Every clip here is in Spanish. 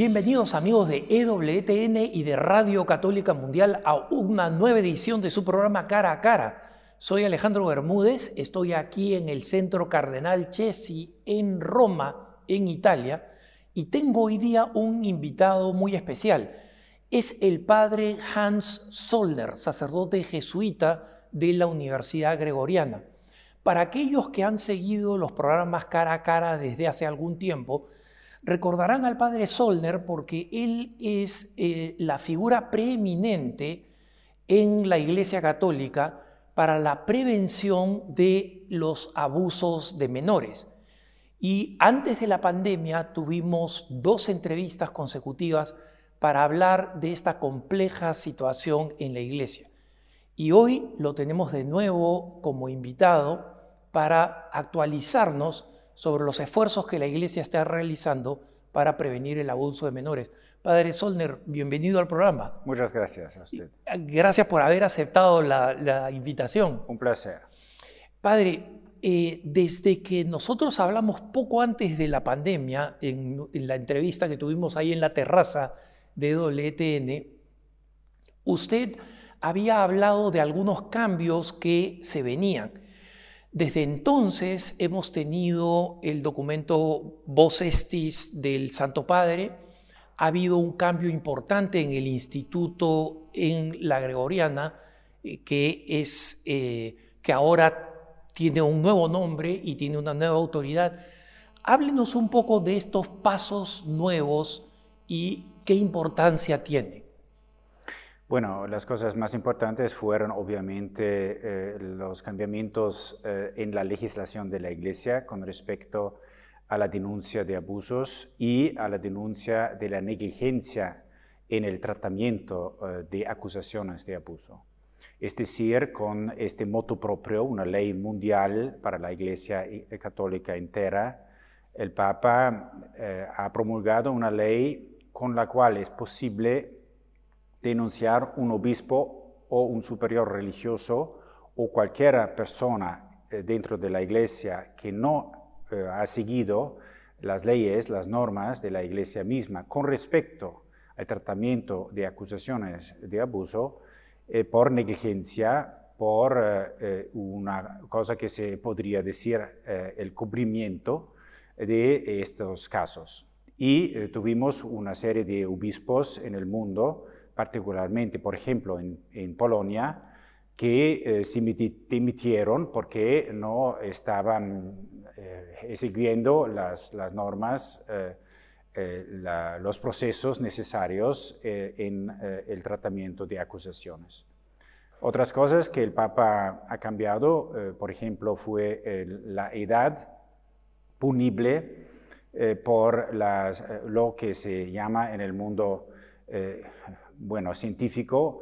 Bienvenidos amigos de EWTN y de Radio Católica Mundial a una nueva edición de su programa Cara a Cara. Soy Alejandro Bermúdez, estoy aquí en el Centro Cardenal Chesi en Roma, en Italia, y tengo hoy día un invitado muy especial. Es el padre Hans Zollner, sacerdote jesuita de la Universidad Gregoriana. Para aquellos que han seguido los programas Cara a Cara desde hace algún tiempo, recordarán al padre Zollner porque él es la figura preeminente en la Iglesia Católica para la prevención de los abusos de menores. Y antes de la pandemia tuvimos 2 entrevistas consecutivas para hablar de esta compleja situación en la Iglesia. Y hoy lo tenemos de nuevo como invitado para actualizarnos sobre los esfuerzos que la Iglesia está realizando para prevenir el abuso de menores. Padre Zollner, bienvenido al programa. Muchas gracias a usted. Gracias por haber aceptado la invitación. Un placer. Padre, desde que nosotros hablamos poco antes de la pandemia, en la entrevista que tuvimos ahí en la terraza de WTN, usted había hablado de algunos cambios que se venían. Desde entonces hemos tenido el documento Vos Estis del Santo Padre. Ha habido un cambio importante en el instituto en la Gregoriana, que ahora tiene un nuevo nombre y tiene una nueva autoridad. Háblenos un poco de estos pasos nuevos y qué importancia tiene. Bueno, las cosas más importantes fueron obviamente los cambiamientos en la legislación de la Iglesia con respecto a la denuncia de abusos y a la denuncia de la negligencia en el tratamiento de acusaciones de abuso. Es decir, con este motu proprio, una ley mundial para la Iglesia Católica entera, el Papa ha promulgado una ley con la cual es posible denunciar un obispo o un superior religioso o cualquier persona dentro de la Iglesia que no ha seguido las leyes, las normas de la Iglesia misma con respecto al tratamiento de acusaciones de abuso por negligencia, por una cosa que se podría decir el cubrimiento de estos casos. Y tuvimos una serie de obispos en el mundo, particularmente, por ejemplo, en Polonia, que se dimitieron porque no estaban siguiendo las normas, los procesos necesarios en el tratamiento de acusaciones. Otras cosas que el Papa ha cambiado, por ejemplo, fue la edad punible por lo que se llama en el mundo científico,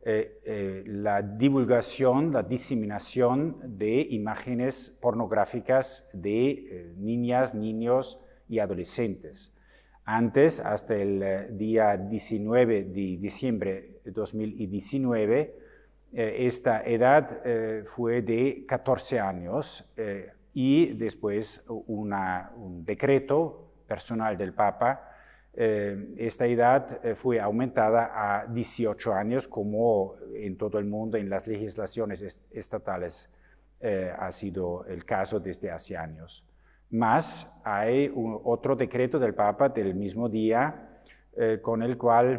la divulgación, la diseminación de imágenes pornográficas de niñas, niños y adolescentes. Antes, hasta el día 19 de diciembre de 2019, esta edad fue de 14 años y después un decreto personal del Papa. Esta edad fue aumentada a 18 años, como en todo el mundo, en las legislaciones estatales ha sido el caso desde hace años. Más hay otro decreto del Papa del mismo día con el cual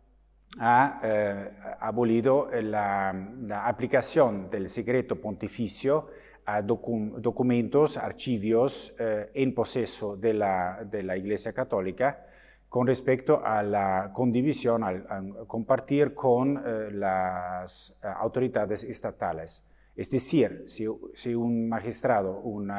ha abolido la aplicación del secreto pontificio a documentos, archivos en poseso de la Iglesia Católica, con respecto a la condivisión, a compartir con las autoridades estatales. Es decir, si un magistrado,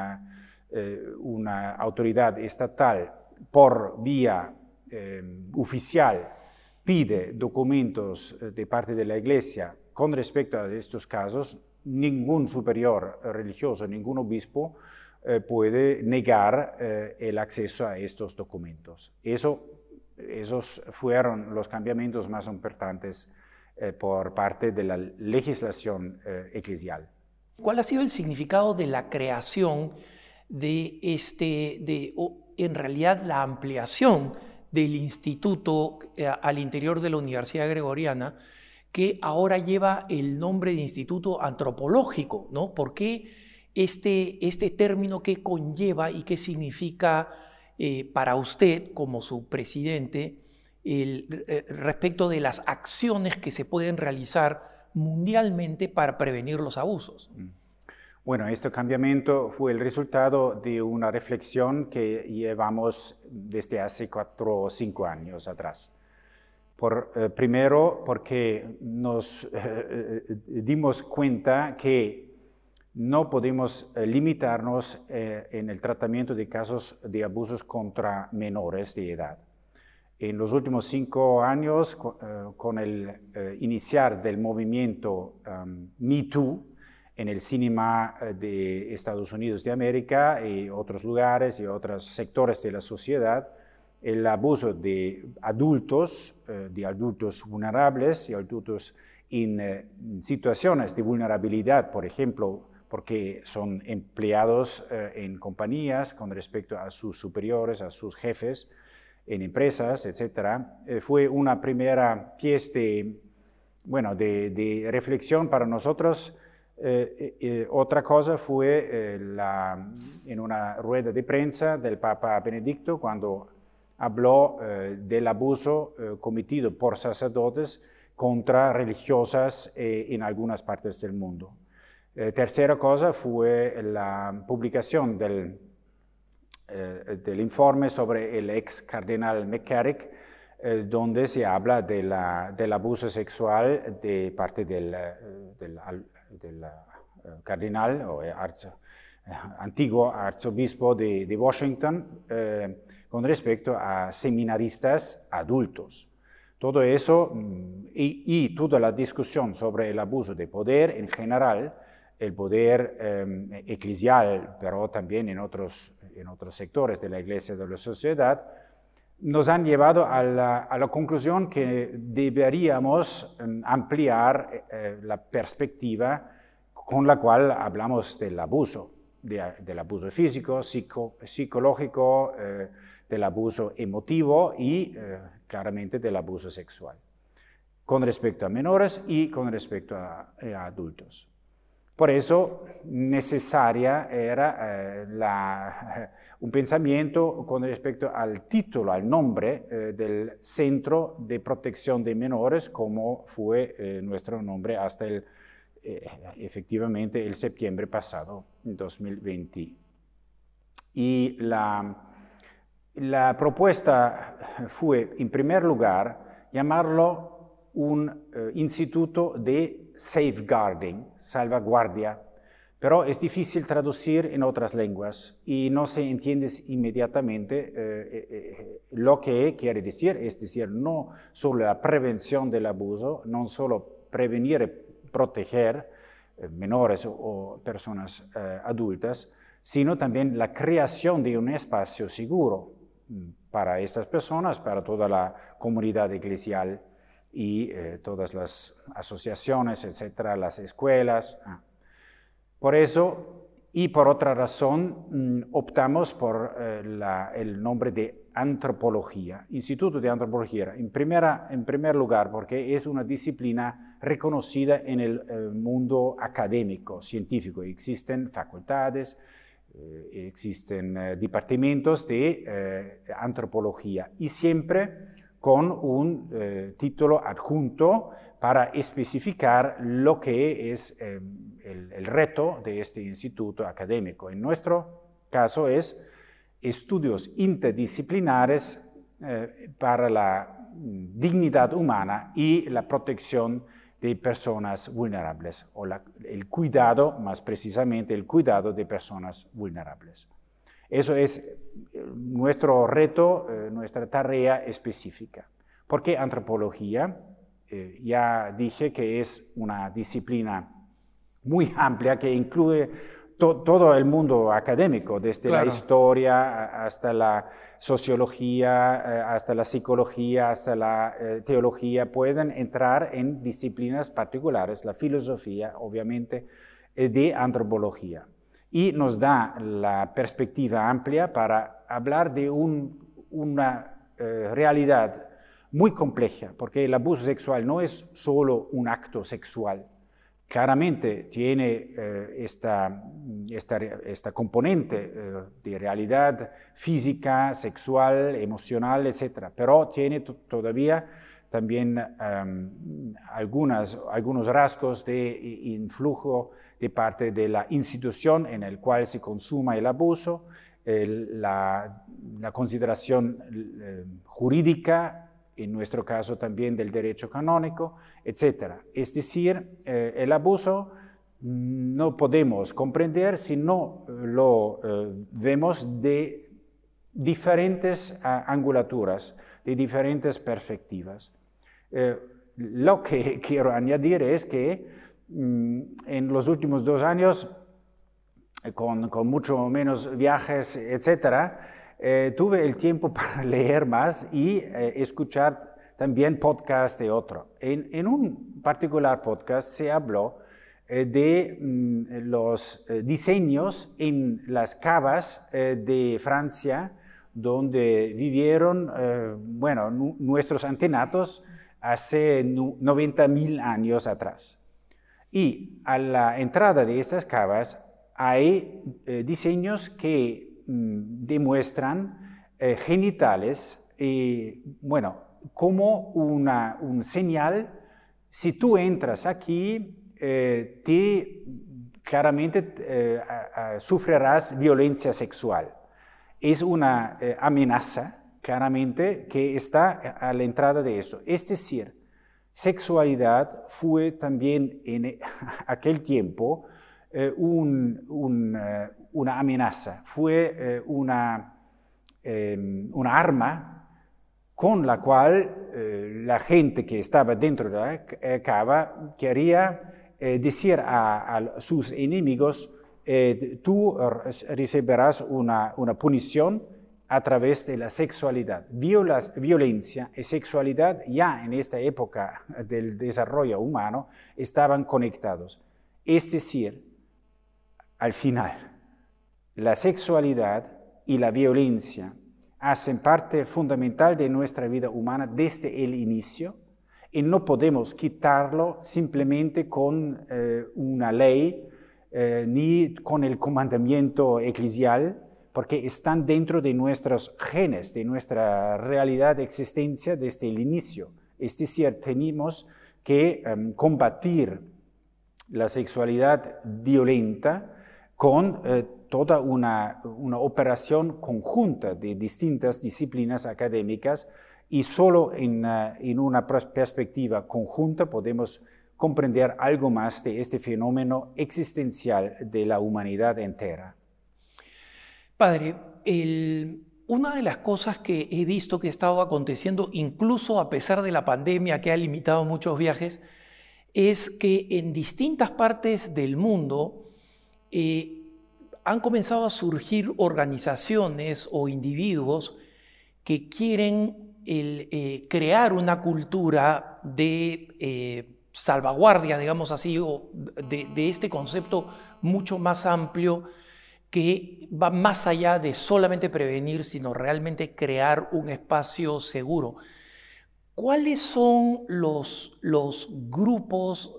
una autoridad estatal por vía oficial pide documentos de parte de la Iglesia con respecto a estos casos, ningún superior religioso, ningún obispo puede negar el acceso a estos documentos. Esos fueron los cambiamientos más importantes por parte de la legislación eclesial. ¿Cuál ha sido el significado de la creación en realidad la ampliación del instituto al interior de la Universidad Gregoriana, que ahora lleva el nombre de Instituto Antropológico, ¿no? ¿Por qué este término qué conlleva y qué significa para usted como su presidente respecto de las acciones que se pueden realizar mundialmente para prevenir los abusos? Bueno, este cambiamiento fue el resultado de una reflexión que llevamos desde hace 4 o 5 años atrás. Primero, porque nos dimos cuenta que no podemos limitarnos en el tratamiento de casos de abusos contra menores de edad. En los últimos 5 años, con el iniciar del movimiento Me Too, en el cinema de Estados Unidos de América y otros lugares y otros sectores de la sociedad, el abuso de adultos vulnerables y adultos en situaciones de vulnerabilidad, por ejemplo, porque son empleados en compañías con respecto a sus superiores, a sus jefes, en empresas, etc. Fue una primera pieza de reflexión para nosotros. Otra cosa fue en una rueda de prensa del Papa Benedicto cuando habló del abuso cometido por sacerdotes contra religiosas en algunas partes del mundo. Tercera cosa fue la publicación del informe sobre el ex cardenal McCarrick, donde se habla del abuso sexual de parte del cardenal o antiguo arzobispo de Washington con respecto a seminaristas adultos. Todo eso y toda la discusión sobre el abuso de poder en general, el poder eclesial, pero también en otros sectores de la iglesia, de la sociedad, nos han llevado a la conclusión que deberíamos ampliar la perspectiva con la cual hablamos del abuso físico, psicológico, del abuso emotivo y claramente del abuso sexual, con respecto a menores y con respecto a adultos. Por eso necesaria era un pensamiento con respecto al título, al nombre del Centro de Protección de Menores, como fue nuestro nombre hasta efectivamente el septiembre pasado, 2020. Y la propuesta fue, en primer lugar, llamarlo un instituto de safeguarding, salvaguardia, pero es difícil traducir en otras lenguas y no se entiende inmediatamente lo que quiere decir, es decir, no solo la prevención del abuso, no solo prevenir y proteger menores o personas adultas, sino también la creación de un espacio seguro para estas personas, para toda la comunidad eclesial y todas las asociaciones, etcétera, las escuelas. Por eso y por otra razón optamos por el nombre de antropología, Instituto de Antropología, en primer lugar porque es una disciplina reconocida en el mundo académico, científico. Existen facultades, existen departamentos de antropología y siempre con un título adjunto para especificar lo que es el reto de este instituto académico. En nuestro caso es estudios interdisciplinares para la dignidad humana y la protección de personas vulnerables, o el cuidado, más precisamente el cuidado de personas vulnerables. Eso es nuestro reto, nuestra tarea específica. ¿Por qué antropología? Ya dije que es una disciplina muy amplia que incluye todo el mundo académico, desde la historia hasta la sociología, hasta la psicología, hasta la teología. Pueden entrar en disciplinas particulares, la filosofía, obviamente, de antropología. Y nos da la perspectiva amplia para hablar de una realidad muy compleja, porque el abuso sexual no es solo un acto sexual. Claramente tiene esta componente de realidad física, sexual, emocional, etc. Pero tiene todavía también algunos rasgos de influjo de parte de la institución en el cual se consuma el abuso, la consideración jurídica, en nuestro caso también del derecho canónico, etc. Es decir, el abuso no podemos comprender si no lo vemos de diferentes angulaturas, de diferentes perspectivas. Lo que quiero añadir es que en los últimos 2 años, con mucho menos viajes, etcétera, tuve el tiempo para leer más y escuchar también podcasts de otro. En un particular podcast se habló de los diseños en las cavas de Francia, donde vivieron nuestros antenatos hace 90.000 años atrás. Y a la entrada de esas cavas hay diseños que demuestran genitales, como un señal. Si tú entras aquí, claramente sufrirás violencia sexual. Es una amenaza, claramente, que está a la entrada de eso. Es decir, sexualidad fue también en aquel tiempo una amenaza, fue una arma con la cual la gente que estaba dentro de la cava quería decir a sus enemigos, tú recibirás una punición a través de la sexualidad. Violencia y sexualidad ya en esta época del desarrollo humano estaban conectados. Es decir, al final, la sexualidad y la violencia hacen parte fundamental de nuestra vida humana desde el inicio y no podemos quitarlo simplemente con una ley ni con el comandamiento eclesial, porque están dentro de nuestros genes, de nuestra realidad de existencia desde el inicio. Es decir, tenemos que combatir la sexualidad violenta con toda una operación conjunta de distintas disciplinas académicas, y solo en una perspectiva conjunta podemos comprender algo más de este fenómeno existencial de la humanidad entera. Padre, una de las cosas que he visto que ha estado aconteciendo, incluso a pesar de la pandemia que ha limitado muchos viajes, es que en distintas partes del mundo han comenzado a surgir organizaciones o individuos que quieren crear una cultura de salvaguardia, digamos así, o de este concepto mucho más amplio que va más allá de solamente prevenir, sino realmente crear un espacio seguro. ¿Cuáles son los grupos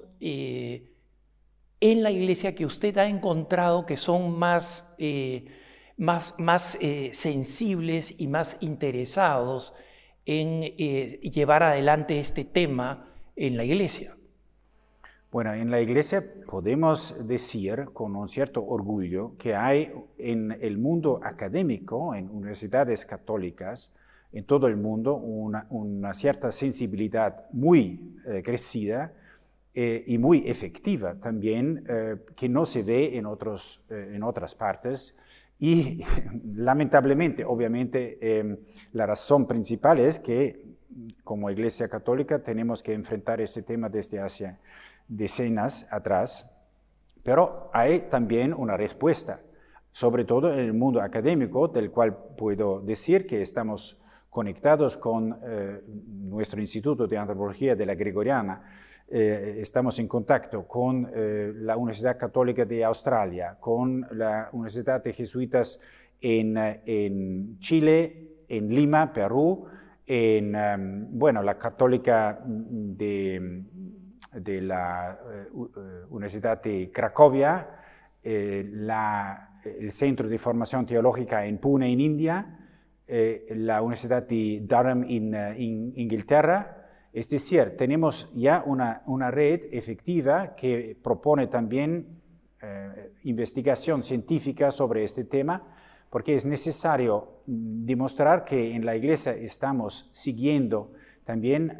en la iglesia que usted ha encontrado que son más sensibles y más interesados en llevar adelante este tema en la iglesia? Bueno, en la iglesia podemos decir con un cierto orgullo que hay en el mundo académico, en universidades católicas, en todo el mundo, una cierta sensibilidad muy crecida y muy efectiva también, que no se ve en otras partes. Y lamentablemente, obviamente, la razón principal es que como Iglesia Católica tenemos que enfrentar este tema desde hace decenas atrás, pero hay también una respuesta, sobre todo en el mundo académico, del cual puedo decir que estamos conectados con nuestro Instituto de Antropología de la Gregoriana. Estamos en contacto con la Universidad Católica de Australia, con la Universidad de Jesuitas en Chile, en Lima, Perú, bueno, la Católica de la Universidad de Cracovia, el Centro de Formación Teológica en Pune, en India, la Universidad de Durham en Inglaterra. Es decir, tenemos ya una red efectiva que propone también investigación científica sobre este tema, porque es necesario demostrar que en la Iglesia estamos siguiendo también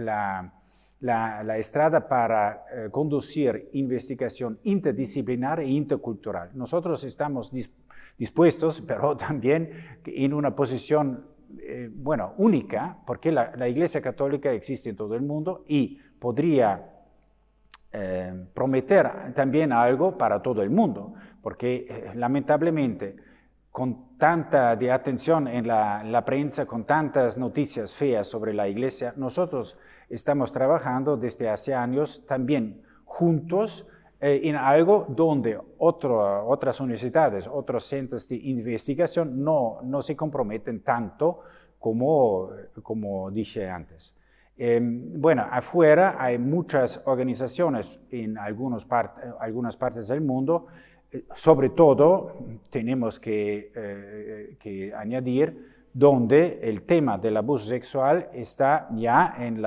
la estrada para conducir investigación interdisciplinar e intercultural. Nosotros estamos dispuestos, pero también en una posición bueno, única, porque la Iglesia Católica existe en todo el mundo y podría prometer también algo para todo el mundo, porque lamentablemente con tanta de atención en la prensa, con tantas noticias feas sobre la Iglesia, nosotros estamos trabajando desde hace años también juntos en algo donde otras universidades, otros centros de investigación no se comprometen tanto como dije antes. Bueno, afuera hay muchas organizaciones en algunas partes del mundo. Sobre todo, tenemos que añadir donde el tema del abuso sexual está ya en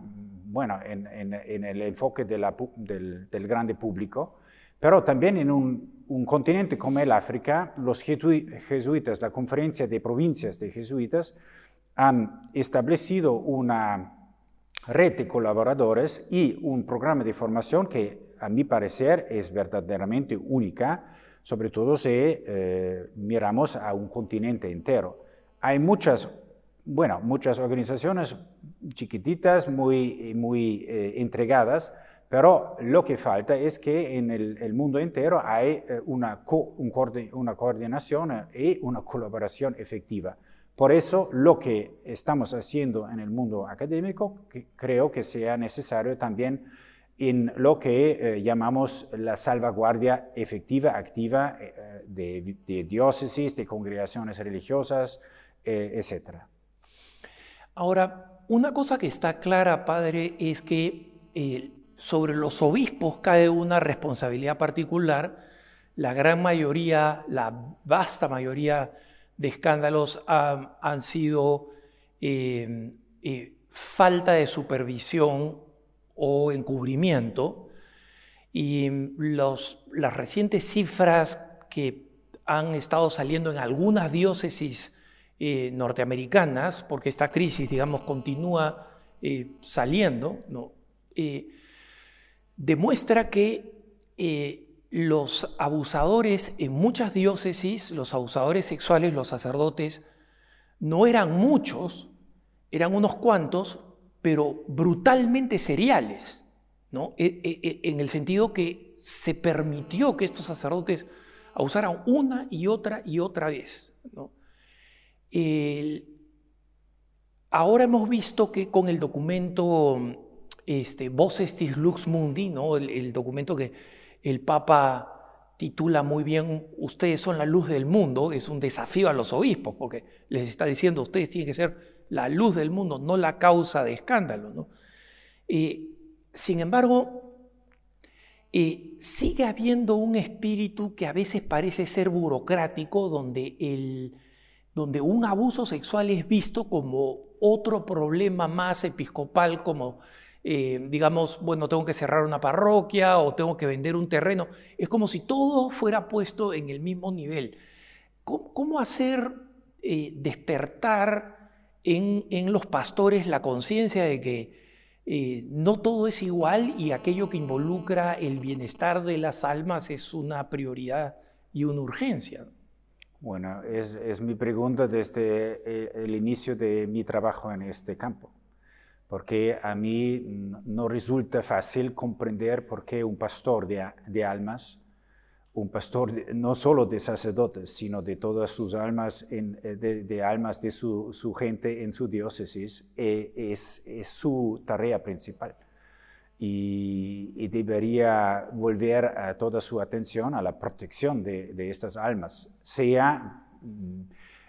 el enfoque del grande público, pero también en un continente como el África, los jesuitas, la Conferencia de Provincias de Jesuitas, han establecido una red de colaboradores y un programa de formación que a mi parecer es verdaderamente única, sobre todo si miramos a un continente entero. Hay muchas organizaciones chiquititas, muy entregadas, pero lo que falta es que en el mundo entero hay una coordinación y una colaboración efectiva. Por eso lo que estamos haciendo en el mundo académico creo que sea necesario también en lo que llamamos la salvaguardia efectiva, activa de diócesis, de congregaciones religiosas, etc. Ahora, una cosa que está clara, padre, es que sobre los obispos cae una responsabilidad particular. La gran mayoría, la vasta mayoría de escándalos han sido falta de supervisión o encubrimiento, y las recientes cifras que han estado saliendo en algunas diócesis norteamericanas, porque esta crisis, digamos, continúa saliendo, ¿no? Demuestra que los abusadores en muchas diócesis, los abusadores sexuales, los sacerdotes, no eran muchos, eran unos cuantos, pero brutalmente seriales, ¿no? En el sentido que se permitió que estos sacerdotes abusaran una y otra vez, ¿no? Ahora hemos visto que con el documento Vos estis lux mundi, ¿no? El documento que el Papa titula muy bien, ustedes son la luz del mundo, es un desafío a los obispos, porque les está diciendo, ustedes tienen que ser la luz del mundo, no la causa de escándalo, ¿no? Sin embargo, sigue habiendo un espíritu que a veces parece ser burocrático, donde un abuso sexual es visto como otro problema más episcopal, como digamos, bueno, tengo que cerrar una parroquia o tengo que vender un terreno. Es como si todo fuera puesto en el mismo nivel. ¿Cómo hacer despertar en los pastores la conciencia de que no todo es igual y aquello que involucra el bienestar de las almas es una prioridad y una urgencia? Bueno, es mi pregunta desde el inicio de mi trabajo en este campo, porque a mí no resulta fácil comprender por qué un pastor de almas, un pastor no solo de sacerdotes, sino de todas sus almas, de almas de su gente en su diócesis, es su tarea principal. Y debería volver toda su atención a la protección de estas almas, sea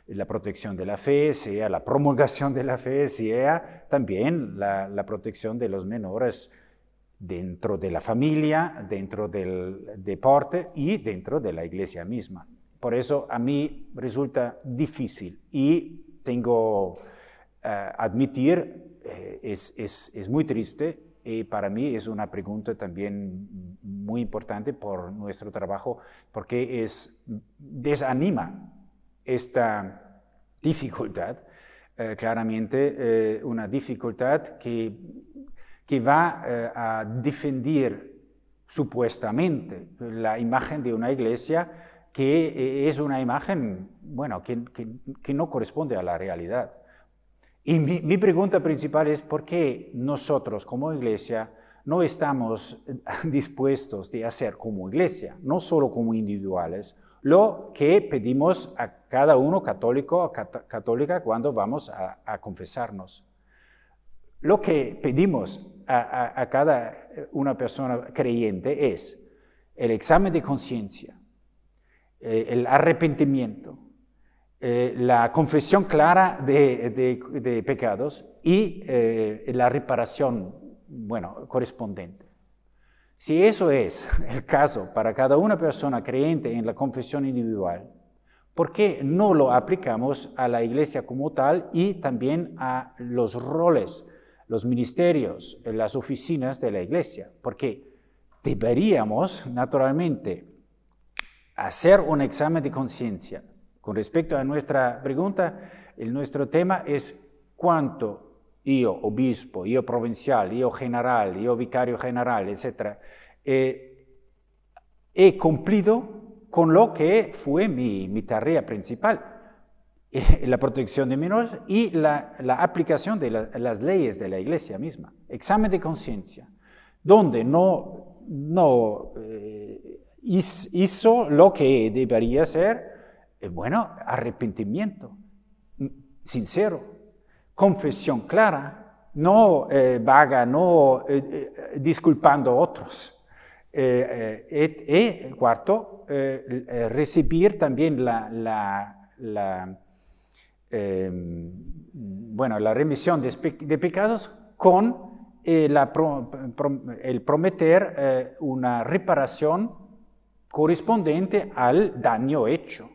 la protección de la fe, sea la promulgación de la fe, sea también la protección de los menores dentro de la familia, dentro del deporte y dentro de la iglesia misma. Por eso a mí resulta difícil y tengo admitir, es muy triste y para mí es una pregunta también muy importante por nuestro trabajo porque desanima esta dificultad, claramente una dificultad que va a defender supuestamente la imagen de una iglesia que es una imagen, bueno, que no corresponde a la realidad. Y mi pregunta principal es ¿por qué nosotros como iglesia no estamos dispuestos de hacer como iglesia, no solo como individuales, lo que pedimos a cada uno católico o católica cuando vamos a confesarnos? Lo que pedimos a cada una persona creyente es el examen de conciencia, el arrepentimiento, la confesión clara de pecados y la reparación, bueno, correspondiente. Si eso es el caso para cada una persona creyente en la confesión individual, ¿por qué no lo aplicamos a la iglesia como tal y también a los roles, los ministerios, las oficinas de la iglesia? Porque deberíamos, naturalmente, hacer un examen de conciencia. Con respecto a nuestra pregunta, nuestro tema es cuánto yo, obispo, yo provincial, yo general, yo vicario general, etc., he cumplido con lo que fue mi tarea principal, la protección de menores y la aplicación de las leyes de la iglesia misma. Examen de conciencia, donde no hizo lo que debería hacer. Bueno, arrepentimiento sincero, confesión clara, no vaga, no disculpando a otros. Cuarto, recibir también la remisión de pecados con el prometer una reparación correspondiente al daño hecho.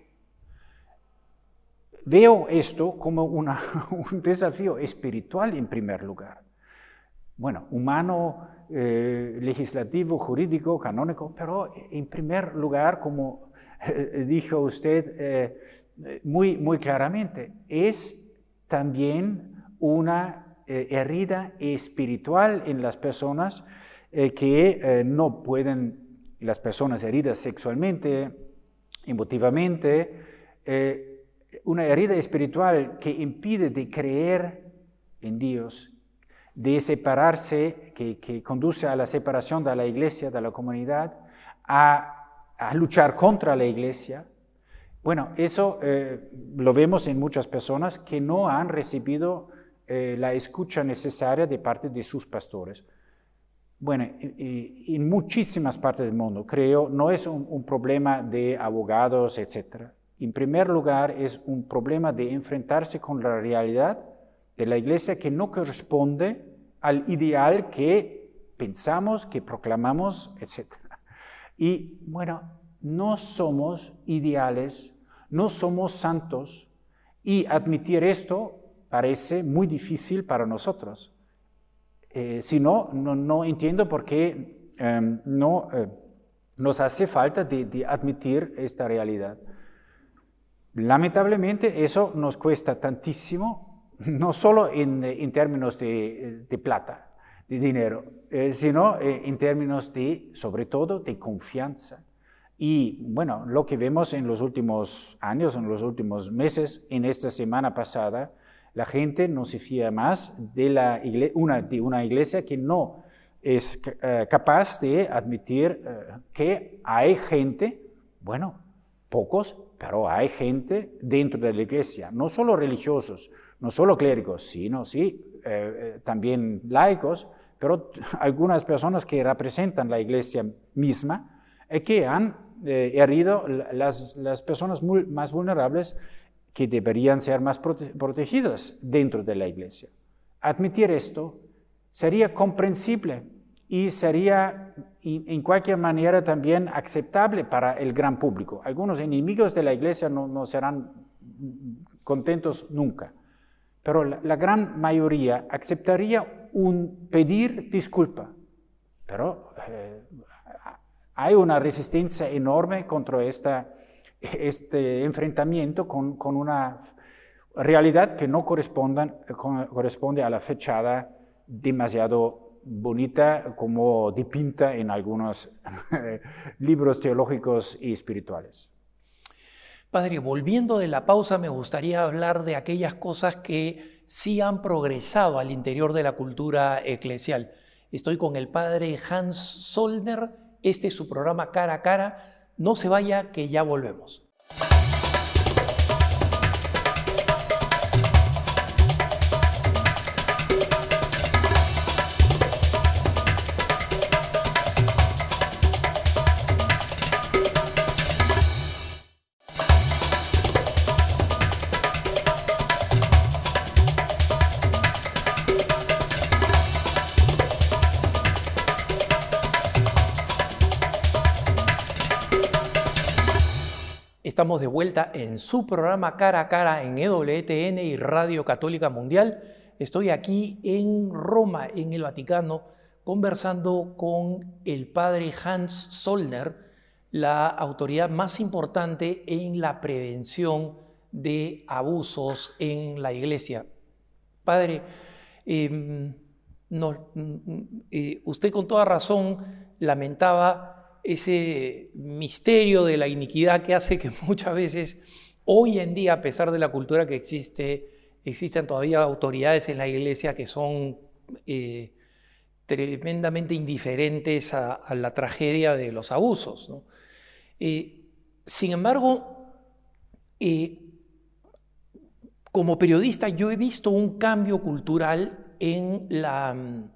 Veo esto como un desafío espiritual en primer lugar. Bueno, humano, legislativo, jurídico, canónico, pero en primer lugar, como dijo usted muy, muy claramente, es también una herida espiritual en las personas que no pueden, las personas heridas sexualmente, emotivamente, una herida espiritual que impide de creer en Dios, de separarse, que conduce a la separación de la iglesia, de la comunidad, a luchar contra la iglesia. Bueno, eso lo vemos en muchas personas que no han recibido la escucha necesaria de parte de sus pastores. Bueno, en muchísimas partes del mundo, creo, no es un problema de abogados, etcétera. En primer lugar, es un problema de enfrentarse con la realidad de la iglesia que no corresponde al ideal que pensamos, que proclamamos, etc. Y bueno, no somos ideales, no somos santos, y admitir esto parece muy difícil para nosotros. Si no entiendo por qué nos hace falta de admitir esta realidad. Lamentablemente eso nos cuesta tantísimo, no solo en términos de plata, de dinero, sino en términos sobre todo, de confianza. Y bueno, lo que vemos en los últimos años, en los últimos meses, en esta semana pasada, la gente no se fía más de una iglesia que no es capaz de admitir que hay gente, bueno, pocos, pero hay gente dentro de la iglesia, no solo religiosos, no solo clérigos, sino también laicos, pero algunas personas que representan la iglesia misma, que han herido las personas más vulnerables que deberían ser más protegidas dentro de la iglesia. Admitir esto sería comprensible y sería en cualquier manera también aceptable para el gran público. Algunos enemigos de la iglesia no serán contentos nunca, pero la gran mayoría aceptaría pedir disculpa. Pero hay una resistencia enorme contra este enfrentamiento con una realidad que no corresponde a la fachada demasiado bonita como dipinta en algunos libros teológicos y espirituales. Padre, volviendo de la pausa, me gustaría hablar de aquellas cosas que sí han progresado al interior de la cultura eclesial. Estoy con el padre Hans Zollner. Este es su programa Cara a Cara. No se vaya, que ya volvemos. Estamos de vuelta en su programa Cara a Cara en EWTN y Radio Católica Mundial. Estoy aquí en Roma, en el Vaticano, conversando con el padre Hans Zollner, la autoridad más importante en la prevención de abusos en la Iglesia. Padre, usted con toda razón lamentaba ese misterio de la iniquidad que hace que muchas veces, hoy en día, a pesar de la cultura que existen todavía autoridades en la Iglesia que son tremendamente indiferentes a la tragedia de los abusos, ¿no? Sin embargo, como periodista yo he visto un cambio cultural en la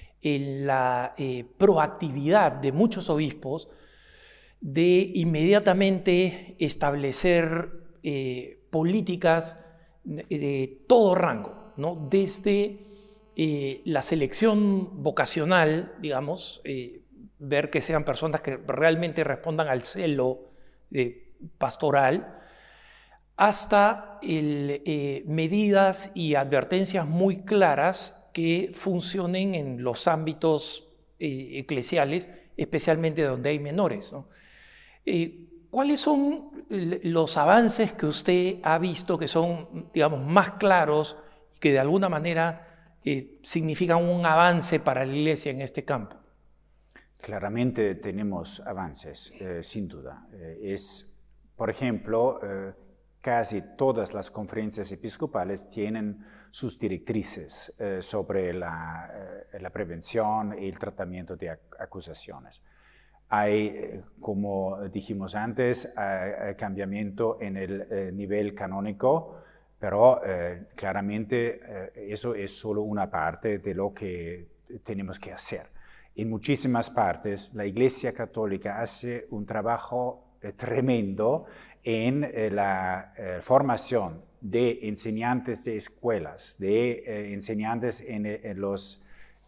proactividad de muchos obispos de inmediatamente establecer políticas de todo rango, ¿no? Desde la selección vocacional, digamos, ver que sean personas que realmente respondan al celo pastoral, hasta medidas y advertencias muy claras que funcionen en los ámbitos eclesiales, especialmente donde hay menores, ¿no? ¿Cuáles son los avances que usted ha visto que son, digamos, más claros y que de alguna manera significan un avance para la Iglesia en este campo? Claramente tenemos avances, sin duda. Por ejemplo, casi todas las conferencias episcopales tienen sus directrices sobre la prevención y el tratamiento de acusaciones. Hay, como dijimos antes, cambiamiento en el nivel canónico, pero claramente eso es solo una parte de lo que tenemos que hacer. En muchísimas partes la Iglesia Católica hace un trabajo tremendo en la formación de enseñantes de escuelas, de enseñantes en los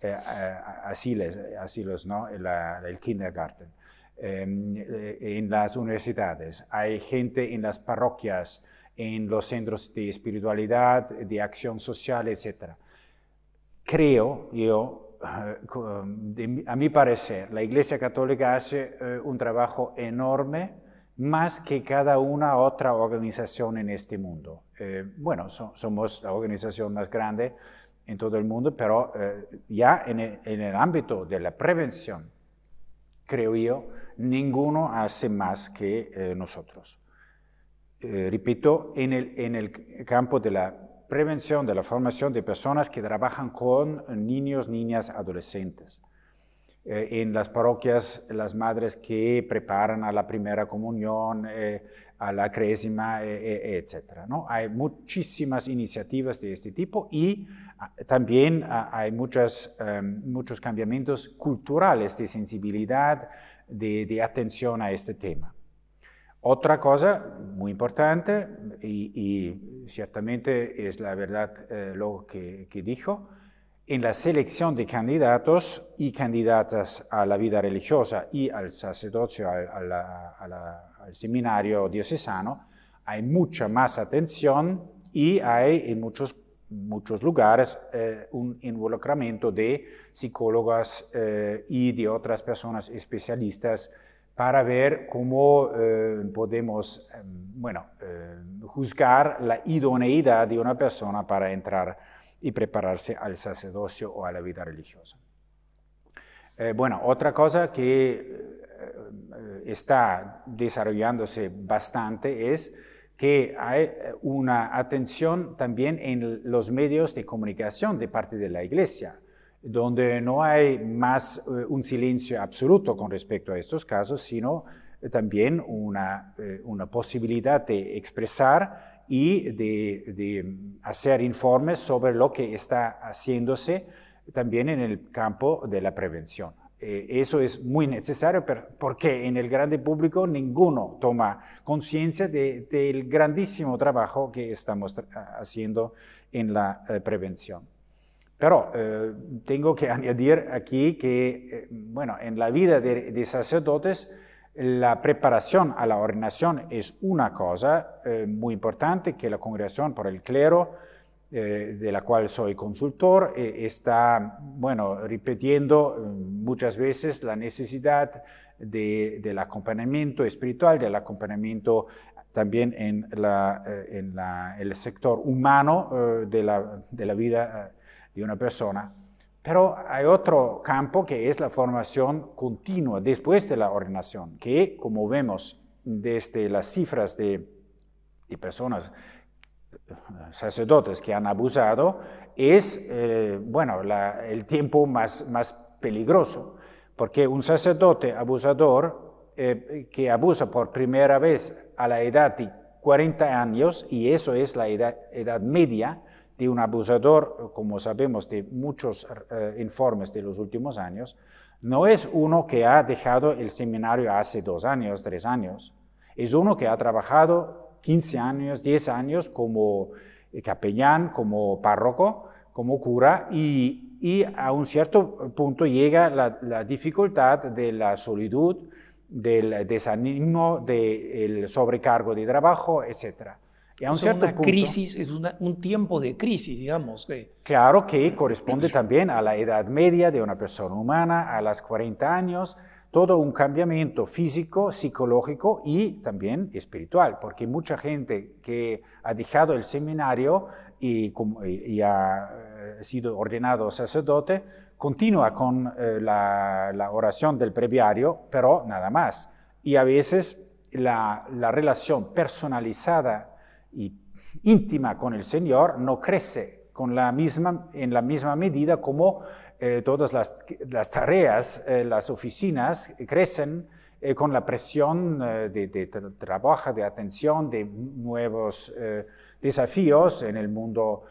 asilos, ¿no? El kindergarten, en las universidades. Hay gente en las parroquias, en los centros de espiritualidad, de acción social, etc. Creo yo, a mi parecer, la Iglesia Católica hace un trabajo enorme, más que cada una otra organización en este mundo. Somos la organización más grande en todo el mundo, pero ya en el ámbito de la prevención, creo yo, ninguno hace más que nosotros. Repito, en el campo de la prevención, de la formación de personas que trabajan con niños, niñas, adolescentes. En las parroquias, las madres que preparan a la primera comunión, a la cresima, etc., ¿no? Hay muchísimas iniciativas de este tipo y también hay muchos cambiamientos culturales de sensibilidad, de atención a este tema. Otra cosa muy importante, y ciertamente es la verdad lo que dijo, en la selección de candidatos y candidatas a la vida religiosa y al sacerdocio, al seminario diocesano, hay mucha más atención y hay en muchos lugares un involucramiento de psicólogas y de otras personas especialistas para ver cómo podemos juzgar la idoneidad de una persona para entrar y prepararse al sacerdocio o a la vida religiosa. Otra cosa que está desarrollándose bastante es que hay una atención también en los medios de comunicación de parte de la Iglesia, donde no hay más un silencio absoluto con respecto a estos casos, sino también una posibilidad de expresar y de hacer informes sobre lo que está haciéndose también en el campo de la prevención. Eso es muy necesario porque en el grande público ninguno toma conciencia del grandísimo trabajo que estamos haciendo en la prevención. Pero tengo que añadir aquí que, en la vida de sacerdotes, la preparación a la ordenación es una cosa muy importante que la Congregación por el Clero, de la cual soy consultor, está, repitiendo muchas veces la necesidad del acompañamiento espiritual, del acompañamiento también en el sector humano de la vida de una persona. Pero hay otro campo que es la formación continua después de la ordenación, que como vemos desde las cifras de personas, sacerdotes que han abusado, es el tiempo más peligroso, porque un sacerdote abusador que abusa por primera vez a la edad de 40 años, y eso es la edad media de un abusador, como sabemos de muchos informes de los últimos años, no es uno que ha dejado el seminario hace 2 años, 3 años, es uno que ha trabajado 15 años, 10 años como capellán, como párroco, como cura, y a un cierto punto llega la dificultad de la solitud, del desánimo, del sobrecargo de trabajo, etc. Y a un cierto punto, crisis, es un tiempo de crisis, digamos. Claro que corresponde también a la edad media de una persona humana, a los 40 años, todo un cambiamiento físico, psicológico y también espiritual, porque mucha gente que ha dejado el seminario y ha sido ordenado sacerdote, continúa con la oración del breviario, pero nada más. Y a veces la relación personalizada y íntima con el Señor no crece en la misma medida como todas las tareas, las oficinas crecen con la presión de trabajo, de atención, de nuevos desafíos en el mundo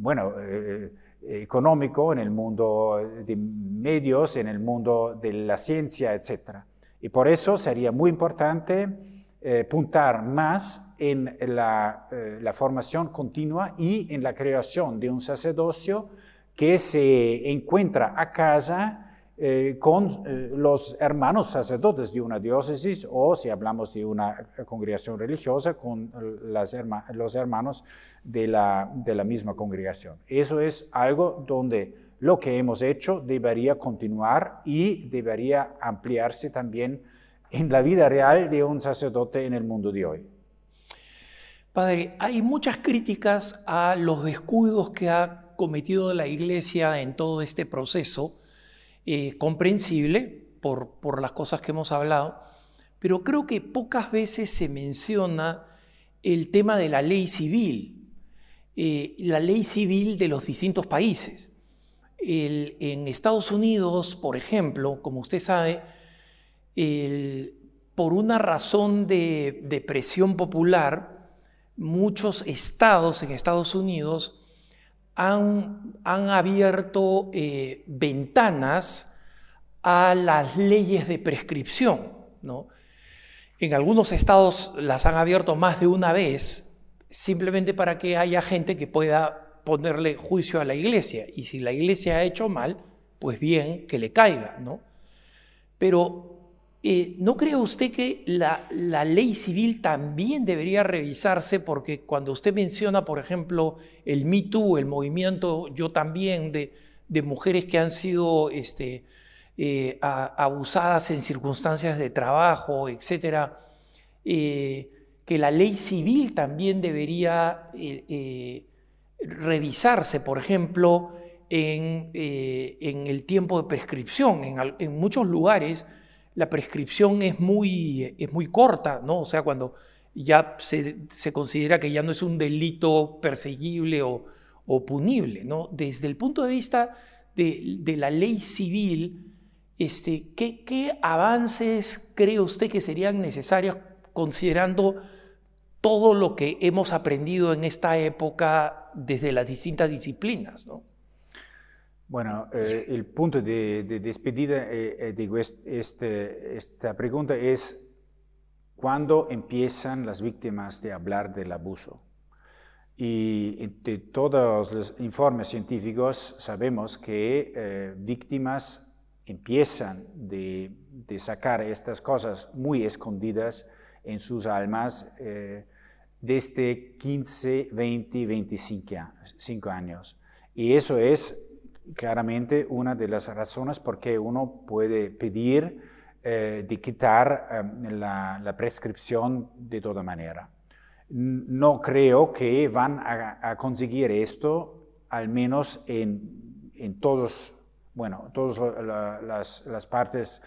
económico, en el mundo de medios, en el mundo de la ciencia, etc. Y por eso sería muy importante puntar más en la formación continua y en la creación de un sacerdocio que se encuentra a casa con los hermanos sacerdotes de una diócesis, o si hablamos de una congregación religiosa, con los hermanos de la misma congregación. Eso es algo donde lo que hemos hecho debería continuar y debería ampliarse también en la vida real de un sacerdote en el mundo de hoy. Padre, hay muchas críticas a los descuidos que ha cometido la Iglesia en todo este proceso, comprensible por las cosas que hemos hablado, pero creo que pocas veces se menciona el tema de la ley civil de los distintos países. En Estados Unidos, por ejemplo, como usted sabe, por una razón de presión popular, muchos estados en Estados Unidos han abierto ventanas a las leyes de prescripción, ¿no? En algunos estados las han abierto más de una vez, simplemente para que haya gente que pueda ponerle juicio a la iglesia. Y si la iglesia ha hecho mal, pues bien, que le caiga, ¿no? Pero ¿no cree usted que la ley civil también debería revisarse? Porque cuando usted menciona, por ejemplo, el Me Too, el movimiento Yo También, de mujeres que han sido abusadas en circunstancias de trabajo, etcétera, que la ley civil también debería revisarse, por ejemplo, en el tiempo de prescripción. En muchos lugares la prescripción es muy corta, ¿no? O sea, cuando ya se considera que ya no es un delito perseguible o punible, ¿no? Desde el punto de vista de la ley civil, ¿qué avances cree usted que serían necesarios considerando todo lo que hemos aprendido en esta época desde las distintas disciplinas, ¿no? Bueno, el punto de despedida de esta pregunta es ¿cuándo empiezan las víctimas de hablar del abuso? Y de todos los informes científicos sabemos que víctimas empiezan de sacar estas cosas muy escondidas en sus almas desde 15, 20, 25 años. Y eso es claramente una de las razones por qué uno puede pedir de quitar la prescripción de toda manera. No creo que van a conseguir esto, al menos en todas las partes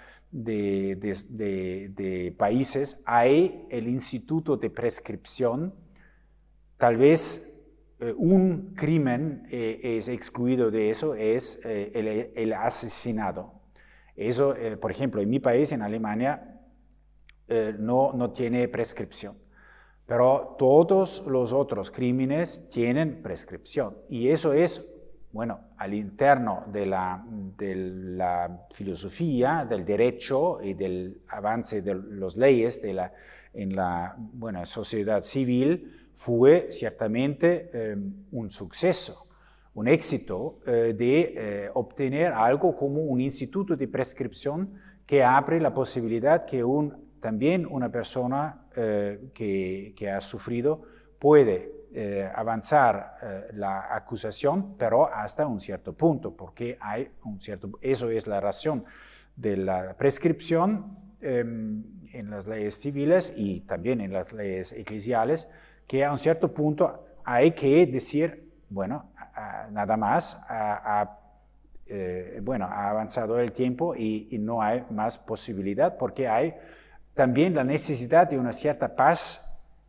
de países. Hay el instituto de prescripción, tal vez un crimen es excluido de eso, es el asesinato. Eso, por ejemplo, en mi país, en Alemania, no tiene prescripción. Pero todos los otros crímenes tienen prescripción. Y eso es, bueno, al interno de la filosofía, del derecho y del avance de las leyes en la sociedad civil, fue ciertamente un suceso, un éxito de obtener algo como un instituto de prescripción que abre la posibilidad que también una persona que ha sufrido puede avanzar la acusación, pero hasta un cierto punto, porque hay eso es la razón de la prescripción en las leyes civiles y también en las leyes eclesiales, que a un cierto punto hay que decir, bueno, nada más, ha avanzado el tiempo y no hay más posibilidad, porque hay también la necesidad de una cierta paz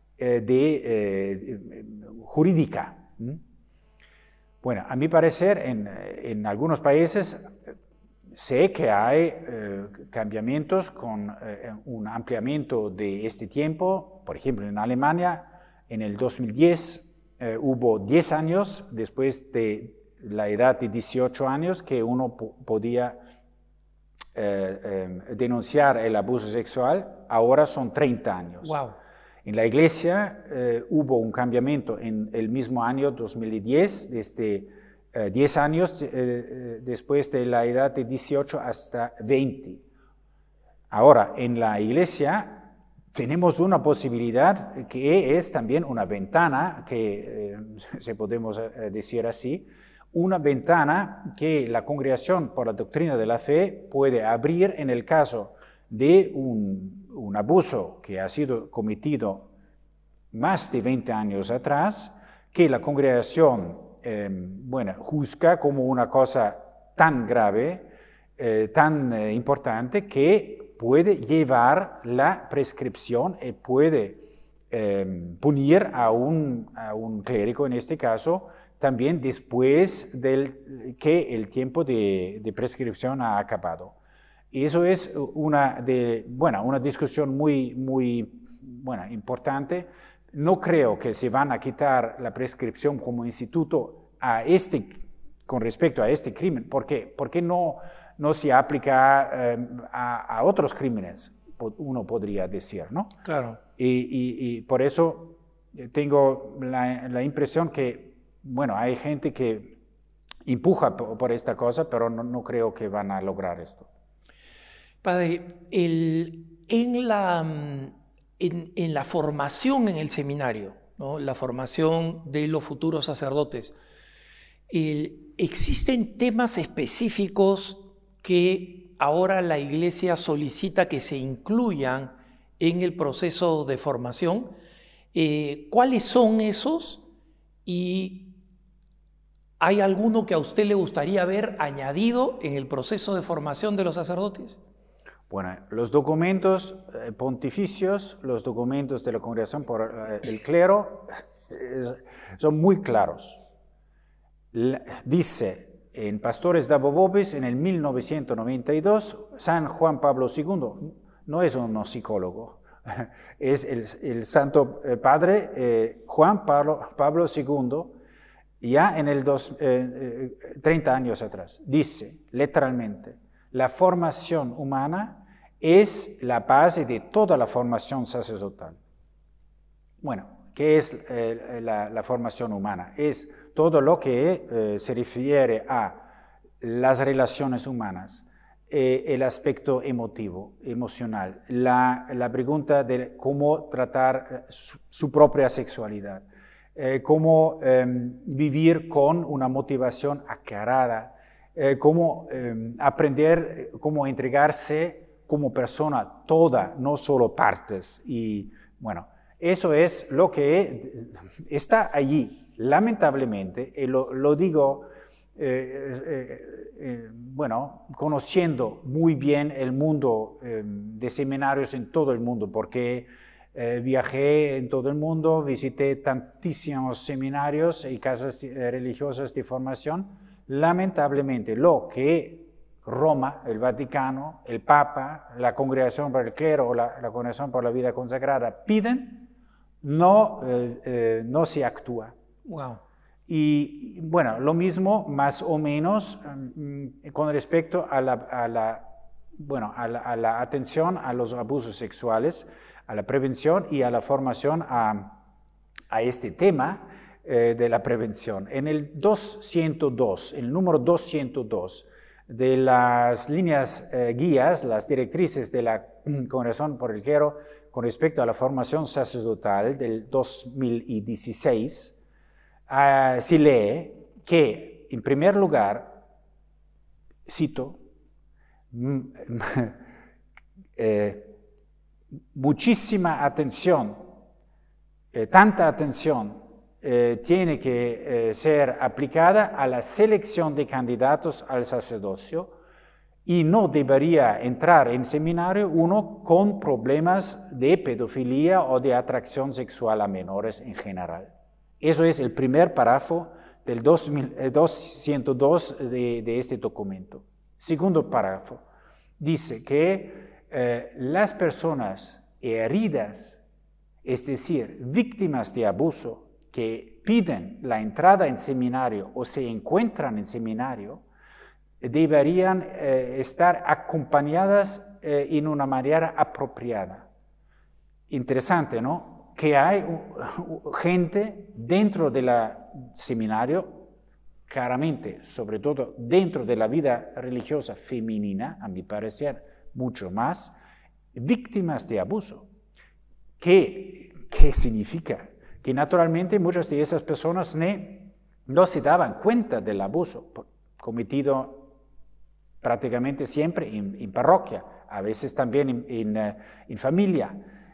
jurídica. Bueno, a mi parecer, en algunos países sé que hay cambiamientos con un ampliamiento de este tiempo. Por ejemplo, en Alemania, en el 2010 hubo 10 años después de la edad de 18 años que uno podía denunciar el abuso sexual. Ahora son 30 años. Wow. En la iglesia hubo un cambiamiento en el mismo año 2010, desde 10 años después de la edad de 18 hasta 20. Ahora, en la iglesia tenemos una posibilidad que es también una ventana, que si podemos decir así, una ventana que la Congregación por la Doctrina de la Fe puede abrir en el caso de un abuso que ha sido cometido más de 20 años atrás, que la Congregación juzga como una cosa tan grave, tan importante, que puede llevar la prescripción y puede punir a un clérigo, en este caso, también después que el tiempo de prescripción ha acabado. Y eso es una discusión muy importante. No creo que se van a quitar la prescripción como instituto con respecto a este crimen. ¿Por qué no se aplica a otros crímenes? uno podría decir, ¿no? Claro. Y por eso tengo la impresión que, bueno, hay gente que empuja por esta cosa, pero no creo que van a lograr esto. Padre, en la formación en el seminario, ¿no? La formación de los futuros sacerdotes, ¿existen temas específicos que ahora la Iglesia solicita que se incluyan en el proceso de formación? ¿Cuáles son esos? ¿Y hay alguno que a usted le gustaría ver añadido en el proceso de formación de los sacerdotes? Bueno, los documentos pontificios, los documentos de la Congregación por el Clero, son muy claros. Dice en Pastores Dabo Vobis, en el 1992, San Juan Pablo II, no es un psicólogo, es el Santo Padre Juan Pablo II, ya en el 30 años atrás, dice literalmente, la formación humana es la base de toda la formación sacerdotal. Bueno, ¿qué es la formación humana? Es todo lo que se refiere a las relaciones humanas, el aspecto emocional, la pregunta de cómo tratar su propia sexualidad, cómo vivir con una motivación aclarada, cómo aprender, cómo entregarse como persona toda, no solo partes. Y bueno, eso es lo que está allí, lamentablemente, y lo digo, bueno, conociendo muy bien el mundo de seminarios en todo el mundo, porque viajé en todo el mundo, visité tantísimos seminarios y casas religiosas de formación. Lamentablemente, lo que Roma, el Vaticano, el Papa, la Congregación por el Clero o la Congregación por la Vida Consagrada piden, no se actúa. Wow. Y bueno, lo mismo más o menos con respecto a la atención a los abusos sexuales, a la prevención y a la formación a este tema de la prevención. En el 202, el número 202 de las líneas guías, las directrices de la Congregación por el Clero con respecto a la formación sacerdotal del 2016, se lee que, en primer lugar, cito, muchísima atención, tanta atención tiene que ser aplicada a la selección de candidatos al sacerdocio y no debería entrar en seminario uno con problemas de pedofilia o de atracción sexual a menores en general. Eso es el primer párrafo del 202 de este documento. Segundo párrafo, dice que las personas heridas, es decir, víctimas de abuso, que piden la entrada en seminario o se encuentran en seminario, deberían estar acompañadas en una manera apropiada. Interesante, ¿no? Que hay gente dentro del seminario, claramente, sobre todo dentro de la vida religiosa femenina, a mi parecer, mucho más, víctimas de abuso. ¿Qué significa? Que naturalmente muchas de esas personas no se daban cuenta del abuso cometido prácticamente siempre en parroquia, a veces también en familia.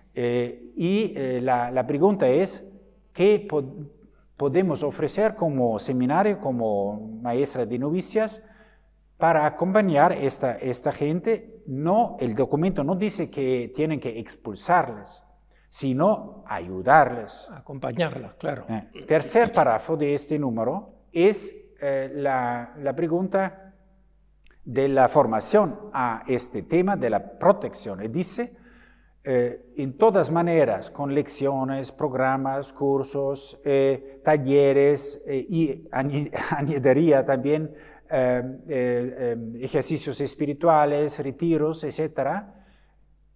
La pregunta es, ¿qué podemos ofrecer como seminario, como maestra de novicias, para acompañar esta gente? No, el documento no dice que tienen que expulsarles, sino ayudarles. Acompañarlas, claro. Tercer párrafo de este número es la pregunta de la formación a este tema de la protección. Y dice, en todas maneras, con lecciones, programas, cursos, talleres y añadiría también ejercicios espirituales, retiros, etc.,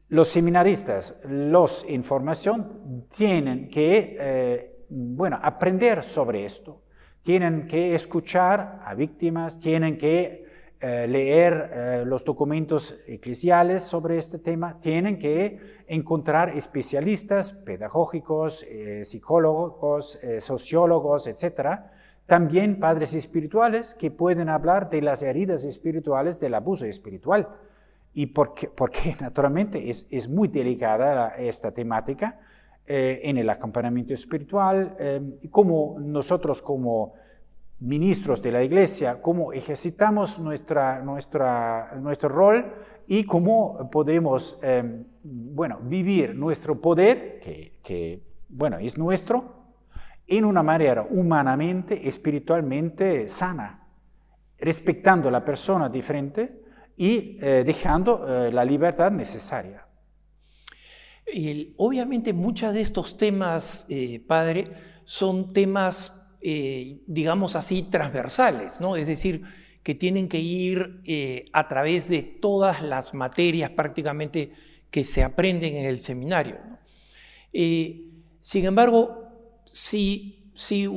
los seminaristas, los en formación, tienen que aprender sobre esto. Tienen que escuchar a víctimas, tienen que leer los documentos eclesiales sobre este tema, tienen que encontrar especialistas pedagógicos, psicólogos, sociólogos, etc. También padres espirituales que pueden hablar de las heridas espirituales del abuso espiritual. Y porque naturalmente es muy delicada esta temática en el acompañamiento espiritual, como nosotros como ministros de la Iglesia, cómo ejercitamos nuestro rol y cómo podemos vivir nuestro poder, que es nuestro, en una manera humanamente, espiritualmente sana, respetando a la persona diferente y dejando la libertad necesaria. Obviamente muchos de estos temas, padre, son temas, digamos así, transversales, ¿no? Es decir, que tienen que ir a través de todas las materias prácticamente que se aprenden en el seminario, ¿no? Sin embargo, si a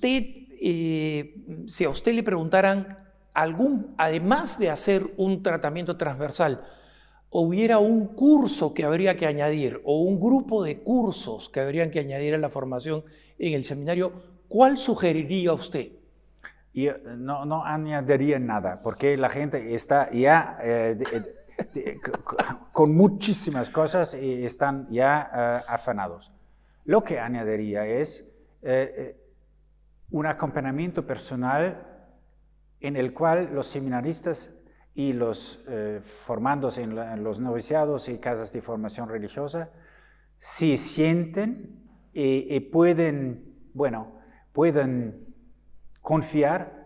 usted le preguntaran además de hacer un tratamiento transversal, hubiera un curso que habría que añadir o un grupo de cursos que habrían que añadir a la formación en el seminario, ¿cuál sugeriría usted? Yo no añadiría nada, porque la gente está ya con muchísimas cosas y están ya afanados. Lo que añadiría es un acompañamiento personal en el cual los seminaristas y los formandos en los noviciados y casas de formación religiosa se sienten y pueden confiar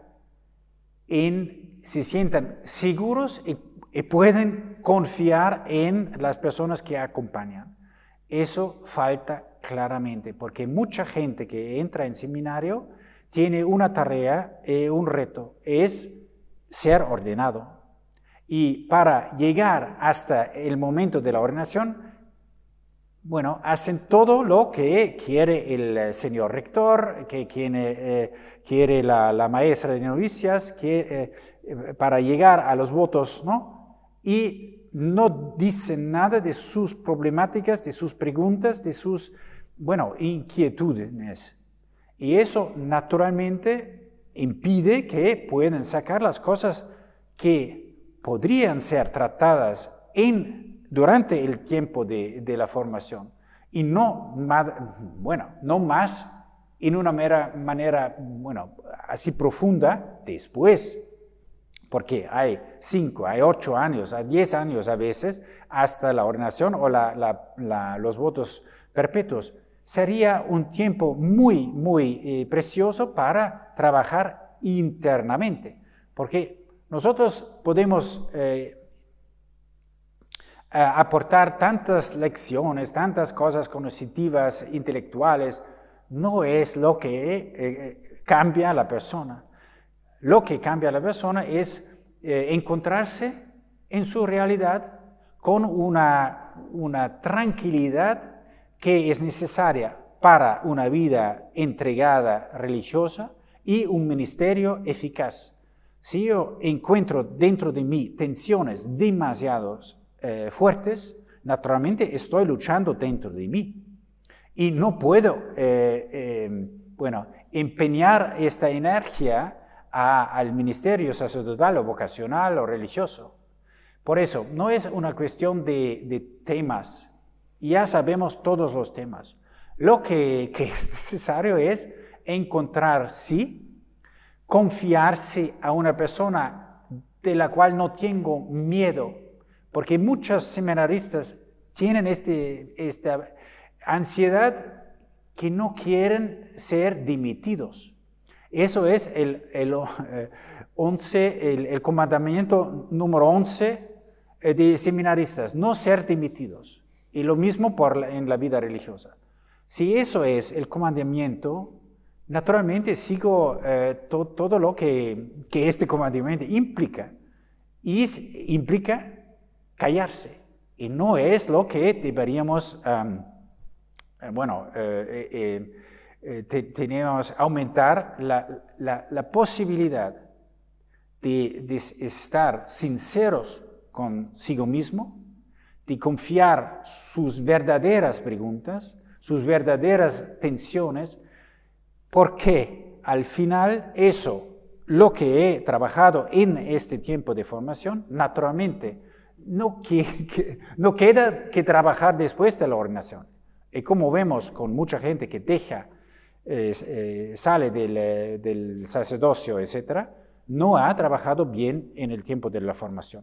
se sientan seguros y pueden confiar en las personas que acompañan. Eso falta claramente, porque mucha gente que entra en seminario tiene una tarea, un reto, es ser ordenado. Y para llegar hasta el momento de la ordenación, hacen todo lo que quiere el señor rector, que quiere la maestra de novicias, para llegar a los votos, ¿no? Y no dicen nada de sus problemáticas, de sus preguntas, de sus, inquietudes. Y eso naturalmente impide que puedan sacar las cosas que podrían ser tratadas durante el tiempo de la formación y no más en una manera así profunda después, porque hay 5, hay 8 años, hay 10 años a veces hasta la ordenación o los votos perpetuos. Sería un tiempo muy, muy precioso para trabajar internamente, porque nosotros podemos aportar tantas lecciones, tantas cosas cognitivas, intelectuales, no es lo que cambia a la persona. Lo que cambia a la persona es encontrarse en su realidad con una tranquilidad que es necesaria para una vida entregada religiosa y un ministerio eficaz. Si yo encuentro dentro de mí tensiones demasiado fuertes, naturalmente estoy luchando dentro de mí. Y no puedo empeñar esta energía al ministerio sacerdotal o vocacional o religioso. Por eso, no es una cuestión de temas. Ya sabemos todos los temas. Lo que es necesario es encontrarse, confiarse a una persona de la cual no tengo miedo, porque muchos seminaristas tienen esta ansiedad que no quieren ser dimitidos. Eso es el comandamiento número 11 de seminaristas, no ser dimitidos. Y lo mismo en la vida religiosa. Si eso es el comandamiento, naturalmente sigo todo lo que este comandamiento implica. Y implica callarse. Y no es lo que deberíamos, tenemos aumentar la posibilidad de estar sinceros consigo mismo, de confiar sus verdaderas preguntas, sus verdaderas tensiones, porque al final eso, lo que he trabajado en este tiempo de formación, naturalmente no queda que trabajar después de la ordenación. Y como vemos con mucha gente que deja, sale del sacerdocio, etc., no ha trabajado bien en el tiempo de la formación.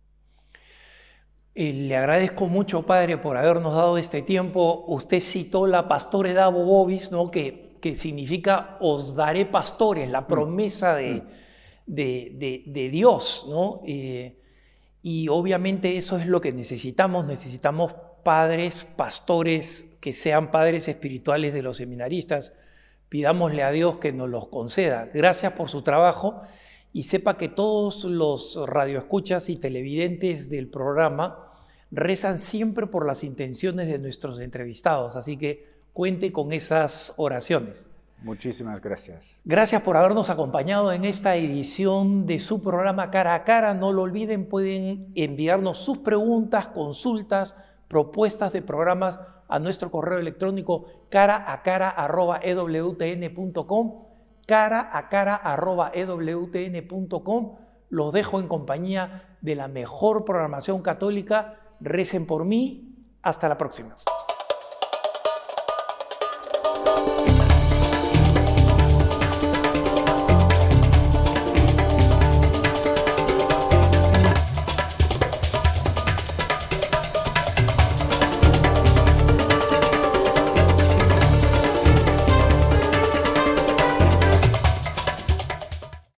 Le agradezco mucho, padre, por habernos dado este tiempo. Usted citó la pastore dabo vobis, ¿no? que significa os daré pastores, la promesa de Dios, ¿no? Y obviamente eso es lo que necesitamos. Necesitamos padres, pastores, que sean padres espirituales de los seminaristas. Pidámosle a Dios que nos los conceda. Gracias por su trabajo y sepa que todos los radioescuchas y televidentes del programa rezan siempre por las intenciones de nuestros entrevistados, así que cuente con esas oraciones. Muchísimas gracias. Gracias por habernos acompañado en esta edición de su programa Cara a Cara. No lo olviden, pueden enviarnos sus preguntas, consultas, propuestas de programas a nuestro correo electrónico caraacara@ewtn.com, caraacara@ewtn.com. Los dejo en compañía de la mejor programación católica. Recen por mí. Hasta la próxima.